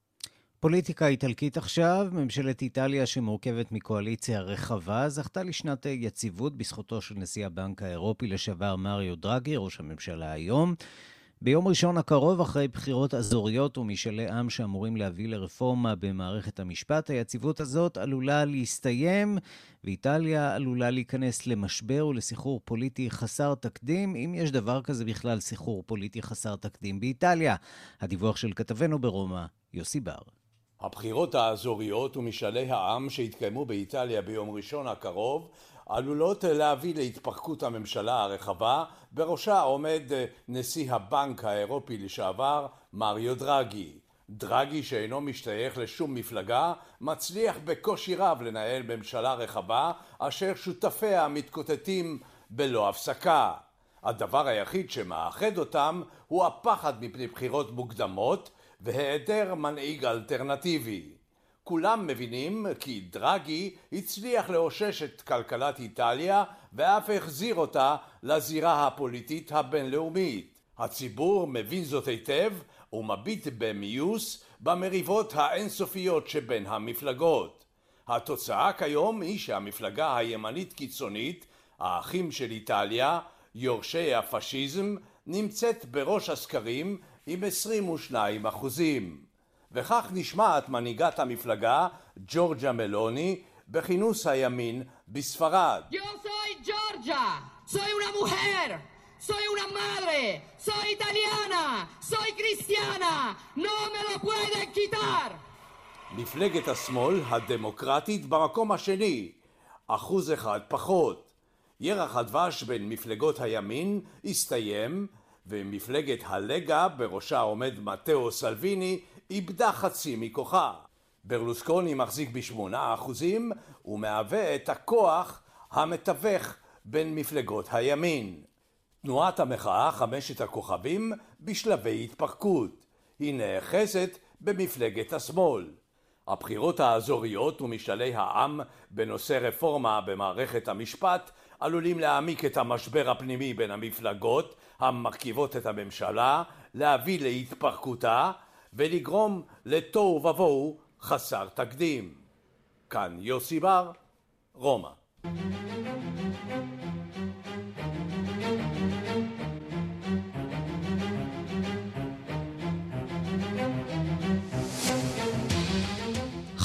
פוליטיקה איטלקית עכשיו, ממשלת איטליה שמורכבת מקואליציה רחבה, זכתה לשנת יציבות בזכותו של נשיא הבנק האירופי לשעבר מריו דרגי, ראש הממשלה היום. ביום ראשון הקרוב, אחרי בחירות אזוריות ומשאלי עם שאמורים להביא לרפורמה במערכת המשפט, היציבות הזאת עלולה להסתיים, ואיטליה עלולה להיכנס למשבר ולסחרור פוליטי חסר תקדים, אם יש דבר כזה בכלל סחרור פוליטי חסר תקדים באיטליה. הדיווח של כתבנו ברומא, יוסי בר. הבחירות האזוריות ומשאלי העם שהתקיימו באיטליה ביום ראשון הקרוב עלולות להביא להתפרקות הממשלה הרחבה, בראשה עומד נשיא הבנק האירופי לשעבר מריו דרגי. דרגי שאינו משתייך לשום מפלגה מצליח בקושי רב לנהל ממשלה רחבה אשר שותפיה מתקוטטים בלא הפסקה. הדבר היחיד שמאחד אותם הוא הפחד מפני בחירות מוקדמות והיעדר מנהיג אלטרנטיבי. כולם מבינים כי דרגי הצליח לאושש את כלכלת איטליה ואף החזיר אותה לזירה הפוליטית הבינלאומית. הציבור מבין זאת היטב ומביט במיוס במריבות האינסופיות שבין המפלגות. התוצאה כיום היא שהמפלגה הימנית קיצונית, האחים של איטליה, יורשי הפשיזם, נמצאת בראש הסקרים עם עשרים ושניים אחוזים. וכך נשמעת מנהיגת המפלגה, ג'ורג'ה מלוני, בכינוס הימין בספרד. Yo soy Giorgia, soy una mujer, soy una madre, soy italiana, soy cristiana, no me lo pueden quitar. מפלגת השמאל הדמוקרטית במקום השני, אחוז אחד פחות. ירח הדבש בין מפלגות הימין הסתיים, ומפלגת הלגה, בראשה עומד מתאו סלוויני, איבדה חצי מכוחה. ברלוסקוני מחזיק בשמונה אחוזים ומהווה את הכוח המתווך בין מפלגות הימין. תנועת המחאה חמשת הכוכבים בשלבי התפרקות. היא נאחזת במפלגת השמאל. הבחירות האזוריות ומשאלי העם בנושא רפורמה במערכת המשפט עלולים להעמיק את המשבר הפנימי בין המפלגות המרכיבות את הממשלה, להביא להתפרקותה ולגרום לתוהו ובוהו חסר תקדים. כאן יוסי בר, רומא.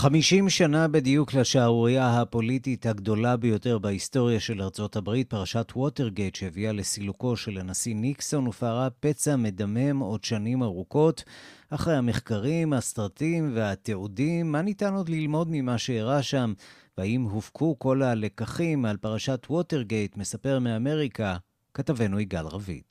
חמישים שנה בדיוק לשערורייה הפוליטית הגדולה ביותר בהיסטוריה של ארצות הברית, פרשת ווטרגייט שהביאה לסילוקו של הנשיא ניקסון ופערה פצע מדמם עוד שנים ארוכות. אחרי המחקרים, הסרטים והתיעודים, מה ניתן עוד ללמוד ממה שאירע שם? והאם הופקו כל הלקחים על פרשת ווטרגייט? מספר מאמריקה כתבנו יגאל רביד.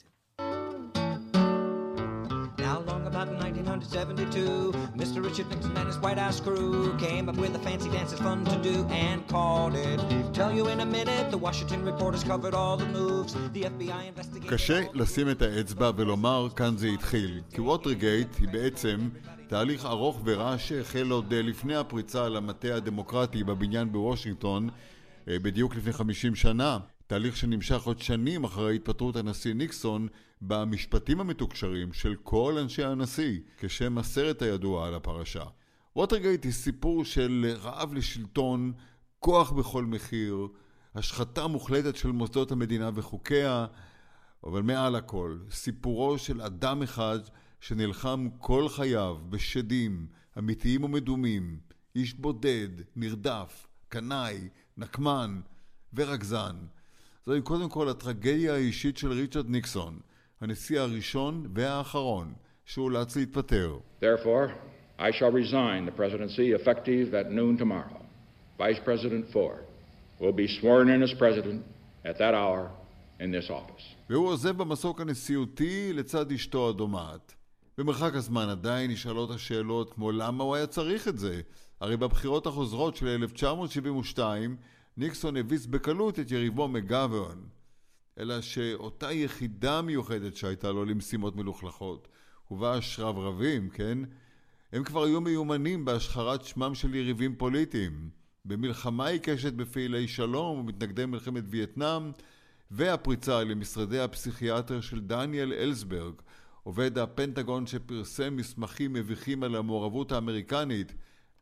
nineteen seventy-two, Mister Richard Nixon and his White House crew came up with a fancy dance that's fun to do and called it. Tell you in a minute, the Washington reporters covered all the moves. The F B I investigated... קשה לשים את האצבע ולומר כאן זה התחיל, כי ווטרגייט היא בעצם תהליך ארוך ורע שהחל עוד לפני הפריצה למטה הדמוקרטי בבניין בוושינגטון, בדיוק לפני חמישים שנה. תהליך שנמשך עוד שנים אחרי התפטרות הנשיא ניקסון במשפטים המתוקשרים של כל אנשי הנשיא, כשם הסרט הידוע על הפרשה. ווטרגייט היא סיפור של רעב לשלטון, כוח בכל מחיר, השחתה מוחלטת של מוסדות המדינה וחוקיה, אבל מעל הכל, סיפורו של אדם אחד שנלחם כל חייו בשדים, אמיתיים ומדומים, איש בודד, נרדף, קנאי, נקמן ורגזן. זוהי קודם כל הטרגדיה האישית של ריצ'רד ניקסון, הנשיא הראשון והאחרון שאולץ להתפטר. Therefore, I shall resign the presidency effective at noon tomorrow. Vice President Ford will be sworn in as president at that hour in this office. והוא עוזב במסוק הנשיאותי לצד אשתו הדומעת. במרחק הזמן עדיין נשאלות השאלות כמו למה הוא היה צריך את זה. הרי בבחירות החוזרות של אלף תשע מאות שבעים ושתיים ניקסון הביס בקלות את יריבו מגוורן, אלא שאותה יחידה מיוחדת שהייתה לו למשימות מלוכלכות, ובה השרברבים, כן? הם כבר היו מיומנים בהשחרת שמם של יריבים פוליטיים, במלחמה עיקשת בפעילי שלום ומתנגדי מלחמת וייטנאם, והפריצה למשרדי הפסיכיאטר של דניאל אלסברג, עובד הפנטגון שפרסם מסמכים מביכים על המעורבות האמריקנית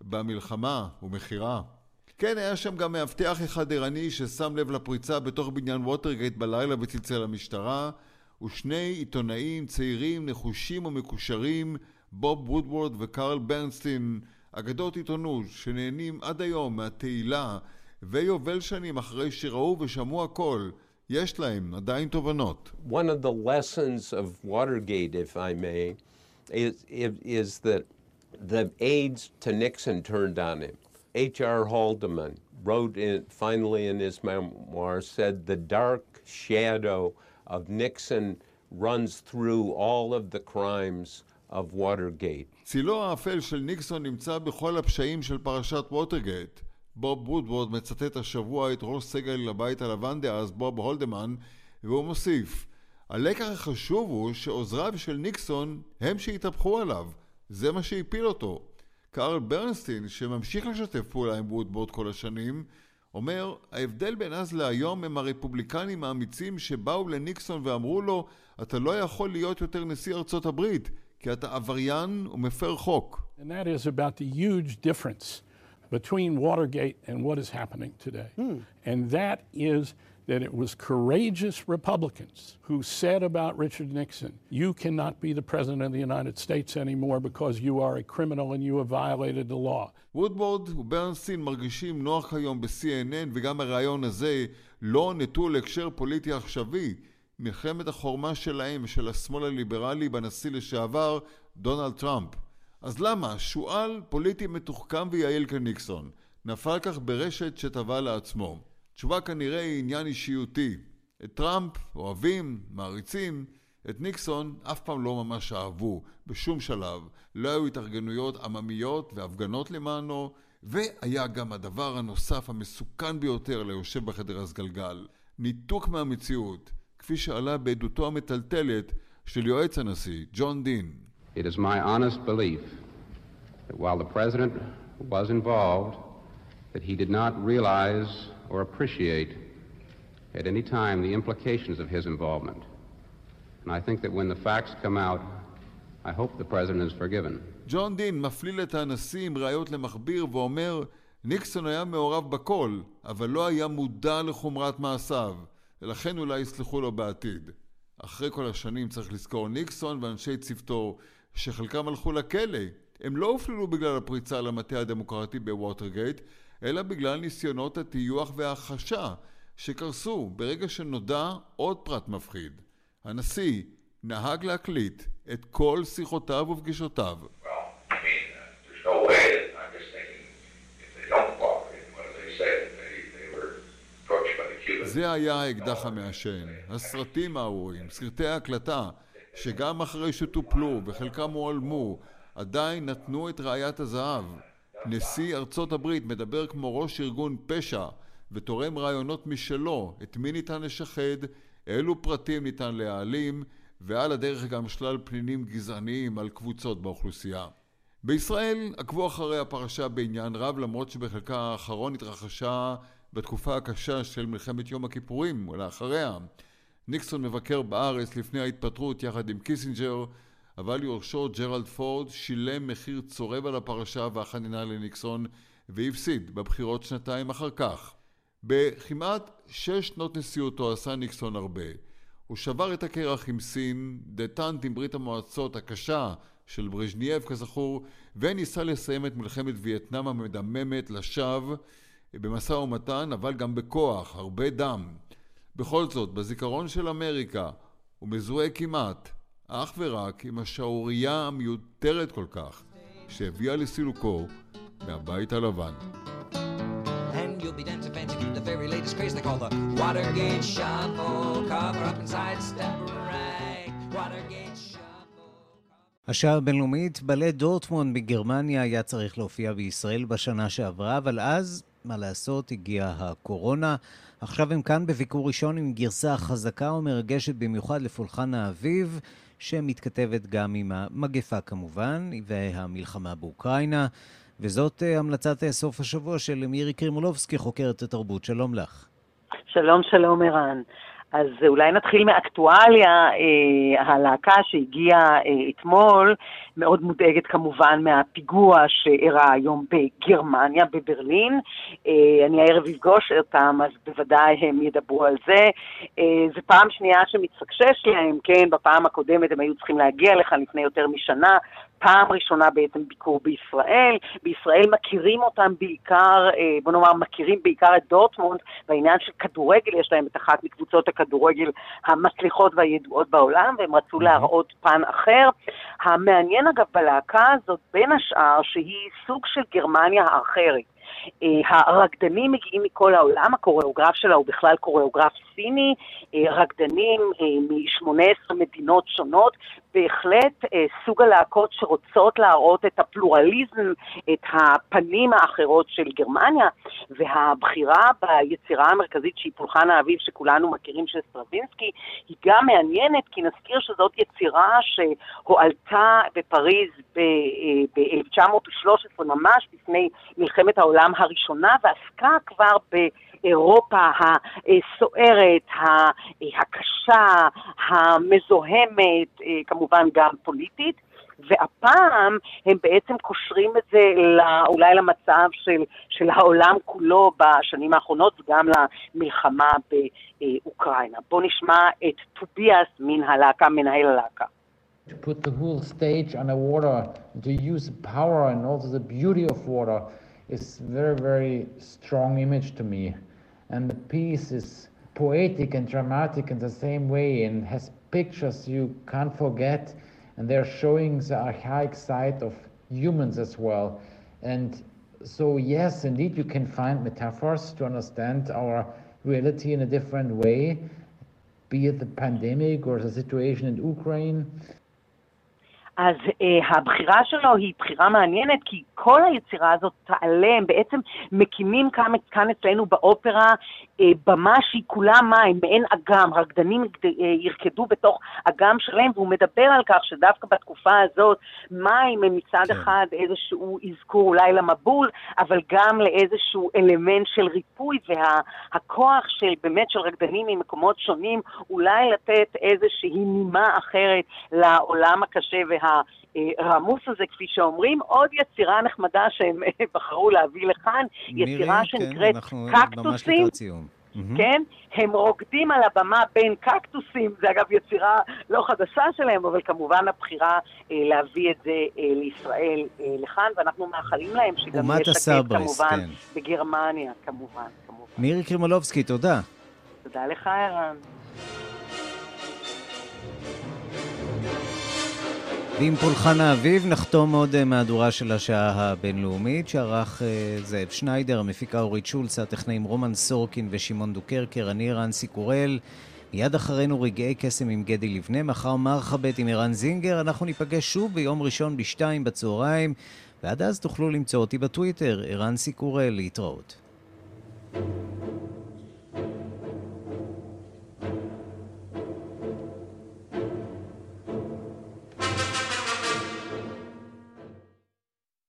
במלחמה ומחירה. כן, היה שם גם מאבטח אחד ערני ששם לב לפריצה בתוך בניין ווטרגייט בלילה וצלצל למשטרה, ושני עיתונאים צעירים, נחושים ומקושרים, בוב וודוורד וקרל ברנסטין, אגדות עיתונות שנהנים עד היום מהתהילה, ויובל שנים אחרי שראו ושמעו הכל, יש להם עדיין תובנות. One of the lessons of Watergate, if I may, is, is that the aides to Nixon turned on him. H R Haldeman wrote in, finally in his memoir, said the dark shadow of Nixon runs through all of the crimes of Watergate. צילו האפל של ניקסון נמצא בכל הפשעים של פרשת ווטרגייט. בוב וודוורד מצטט השבוע את ראש סגל הבית הלבן דאז, בוב הולדמן, והוא מוסיף, הלקח החשוב הוא שעוזריו של ניקסון הם שהתהפכו עליו. זה מה שהפיל אותו. קרל ברנסטין, שממשיך לשתף פעולה עם וודוורד כל השנים, אומר, ההבדל בין אז להיום הם הרפובליקנים האמיצים שבאו לניקסון ואמרו לו, אתה לא יכול להיות יותר נשיא ארצות הברית, כי אתה עבריין ומפר חוק. And that is about the huge difference between Watergate and what is happening today. Hmm. And that is that it was courageous Republicans who said about Richard Nixon, you cannot be the president of the United States anymore because you are a criminal and you have violated the law. וודוורד וברנסטין מרגישים נוח היום ב-סי אן אן, וגם הרעיון הזה לא נטול הקשר פוליטי עכשווי. מלחמת החורמה שלהם ושל השמאל הליברלי בנשיא לשעבר דונלד טראמפ. אז למה שואל פוליטי מתוחכם ויעיל כניקסון נפל כך ברשת שטבע לעצמו? תשובה כנראה היא עניין אישיותי. את טראמפ אוהבים, מעריצים, את ניקסון אף פעם לא ממש אהבו, בשום שלב. לא היו התארגנויות עממיות והפגנות למענו, והיה גם הדבר הנוסף המסוכן ביותר ליושב בחדר הסגלגל, ניתוק מהמציאות, כפי שעלה בעדותו המטלטלת של יועץ הנשיא, ג'ון דין. It is my honest belief that while the president was involved, that he did not realize or appreciate at any time the implications of his involvement. And I think that when the facts come out, I hope the president is forgiven. ג'ון דין מפליל את הנשיא עם ראיות למחביר ואומר, ניקסון היה מעורב בכל, אבל לא היה מודע לחומרת מעשיו, ולכן אולי יסלחו לו בעתיד. אחרי כל השנים צריך לזכור ניקסון ואנשי צוותו, שחלקם הלכו לכלא, הם לא הופללו בגלל הפריצה למטה הדמוקרטי בווטרגייט, אלא בגלל ניסיונות הטיוח וההכחשה שקרסו ברגע שנודע עוד פרט מפחיד. הנשיא נהג להקליט את כל שיחותיו ופגישותיו. זה היה האקדח המעשן. הסרטים הארורים, סרטי ההקלטה, שגם אחרי שטופלו וחלקם הועלמו, עדיין נתנו את ראיית הזהב. נשיא ארצות הברית מדבר כמו ראש ארגון פשע ותורם רעיונות משלו, את מי ניתן לשחד, אילו פרטים ניתן להעלים, ועל הדרך גם שלל פנינים גזעניים על קבוצות באוכלוסייה. בישראל עקבו אחרי הפרשה בעניין רב, למרות שבחלקה האחרון התרחשה בתקופה הקשה של מלחמת יום הכיפורים ולאחריה. ניקסון מבקר בארץ לפני ההתפטרות יחד עם קיסינג'ר, אבל יורשו ג'רלד פורד שילם מחיר צורב על הפרשה והחנינה לניקסון והפסיד בבחירות שנתיים אחר כך. בכמעט שש שנות נשיאותו עשה ניקסון הרבה. הוא שבר את הקרח עם סין, דטנט עם ברית המועצות הקשה של ברז'נייב כזכור, וניסה לסיים את מלחמת וייטנאם המדממת לשווא במשא ומתן, אבל גם בכוח, הרבה דם. בכל זאת, בזיכרון של אמריקה הוא מזוהה כמעט אך ורק עם השערורייה המיותרת כל כך שהביאה לסילוקו מהבית הלבן. And you'll be dancing fancy to the very latest craze they call the Watergate Shuffle. Cover up inside, step right. Watergate Shuffle. השעה הבינלאומית, בלט דורטמונד בגרמניה היה צריך להופיע בישראל בשנה שעברה, אבל אז, מה לעשות, הגיעה הקורונה. עכשיו הם כאן בביקור ראשון עם גרסה חזקה ומרגשת במיוחד לפולחן האביב, שמתכתבת גם עם המגפה כמובן, והמלחמה באוקראינה. וזאת המלצת סוף השבוע של מירי קרימולובסקי, חוקרת התרבות. שלום לך. שלום, שלום ערן. אז אולי נתחיל מאקטואליה. אה, הלהקה שהגיעה אה, אתמול מאוד מודאגת כמובן מהפיגוע שאירע היום בגרמניה, בברלין. אה, אני הערב אפגוש אותם, אז בוודאי הם ידברו על זה. אה, זה פעם שנייה שמתפקשש להם, כן, בפעם הקודמת הם היו צריכים להגיע לכאן לפני יותר משנה, פעם ראשונה בעצם ביקור בישראל. בישראל מכירים אותם בעיקר, בוא נאמר, מכירים בעיקר את דורטמונד, בעניין של כדורגל, יש להם את אחת מקבוצות הכדורגל המצליחות והידועות בעולם, והם רצו להראות פן אחר. המעניין אגב בלהקה הזאת, בין השאר, שהיא סוג של גרמניה האחרת. הרקדנים מגיעים מכל העולם, הקוריאוגרף שלה הוא בכלל קוריאוגרף סיני, רקדנים מ-שמונה עשרה מדינות שונות, בהחלט סוג הלהקות שרוצות להראות את הפלורליזם, את הפנים האחרות של גרמניה, והבחירה ביצירה המרכזית שהיא פולחן האביב שכולנו מכירים של סטרווינסקי, היא גם מעניינת, כי נזכיר שזאת יצירה שהועלתה בפריז ב-אלף תשע מאות ושלוש עשרה, ממש לפני מלחמת העולם הראשונה, ועסקה כבר באירופה הסוערת, הקשה, המזוהמת, כמובן גם פוליטית, והפעם הם בעצם קושרים את זה אולי למצב של, של העולם כולו בשנים האחרונות, וגם למלחמה באוקראינה. בואו נשמע את טוביאס מן הלהקה, מנהל הלהקה. To put the whole stage underwater, to use power and also the beauty of water is very, very strong image to me. And the piece is poetic and dramatic in the same way and has pictures you can't forget. And they're showing the archaic side of humans as well. And so, yes, indeed, you can find metaphors to understand our reality in a different way, be it the pandemic or the situation in Ukraine. אז uh, הבחירה שלו היא בחירה מעניינת, כי כל היצירה הזאת תעלה, הם בעצם מקימים כאן, כאן אצלנו באופרה uh, במה שהיא כולה מים, מעין אגם, רקדנים uh, ירקדו בתוך אגם שלהם, והוא מדבר על כך שדווקא בתקופה הזאת מים הם מצד כן. אחד איזשהו אזכור אולי למבול, אבל גם לאיזשהו אלמנט של ריפוי, והכוח של באמת של רקדנים ממקומות שונים, אולי לתת איזושהי נימה אחרת לעולם הקשה וה הרמוס הזה, כפי שאומרים. עוד יצירה נחמדה שהם בחרו להביא לכאן, יצירה שנקראת קקטוסים. Mm-hmm. כן? הם רוקדים על הבמה בין קקטוסים, זה אגב יצירה לא חדשה שלהם, אבל כמובן הבחירה אה, להביא את זה אה, לישראל אה, לכאן, ואנחנו מאחלים להם שגם יש שקט כמובן כן. בגרמניה, כמובן, כמובן. מירי קרימולובסקי, תודה. תודה לך, ערן. ועם פולחן האביב נחתום עוד מהדורה של השעה הבינלאומית שערך זאב שניידר, המפיקה אורית שולץ, הטכנאים רומן סורקין ושמעון דוקרקר, אני רנסי קורל. מיד אחרינו רגעי קסם עם גדי לבנה, מחר מרחבת עם ערן זינגר. אנחנו ניפגש שוב ביום ראשון בשתיים בצהריים, ועד אז תוכלו למצוא אותי בטוויטר, ערנסי קורל. להתראות.